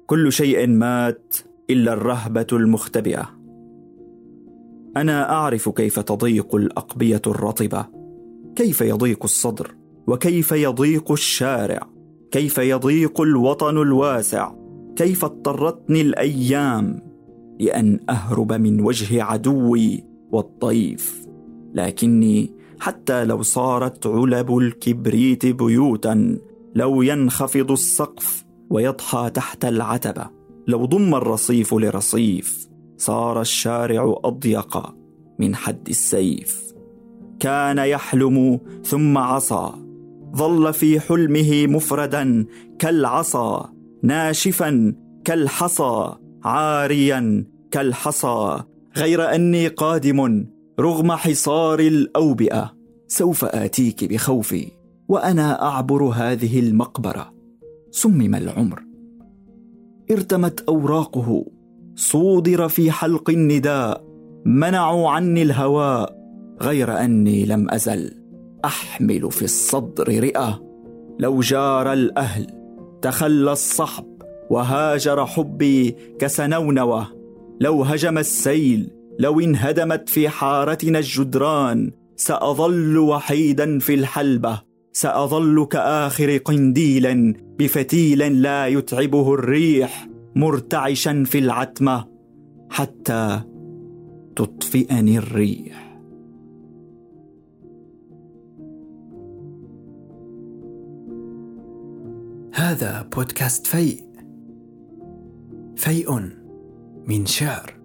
كل شيء مات إلا الرهبة المختبئة. أنا أعرف كيف تضيق الأقبية الرطبة، كيف يضيق الصدر، وكيف يضيق الشارع، كيف يضيق الوطن الواسع، كيف اضطرتني الأيام لأن أهرب من وجه عدوي والضيف. لكني حتى لو صارت علب الكبريت بيوتا، لو ينخفض السقف ويضحى تحت العتبة، لو ضم الرصيف لرصيف، صار الشارع أضيق من حد السيف. كان يحلم ثم عصى، ظل في حلمه مفردا كالعصا، ناشفا كالحصى، عاريا كالحصى. غير أني قادم رغم حصار الأوبئة، سوف آتيك بخوفي وأنا أعبر هذه المقبرة. سمم العمر، ارتمت أوراقه، صودر في حلق النداء، منعوا عني الهواء. غير أني لم أزل أحمل في الصدر رئة. لو جار الأهل تخلى الصحب وهاجر حبي كسنونوة، لو هجم السيل، لو انهدمت في حارتنا الجدران، سأظل وحيدا في الحلبة، سأظل كآخر قنديل بفتيل لا يتعبه الريح، مرتعشا في العتمة حتى تطفئني الريح. هذا بودكاست فيء من شعر.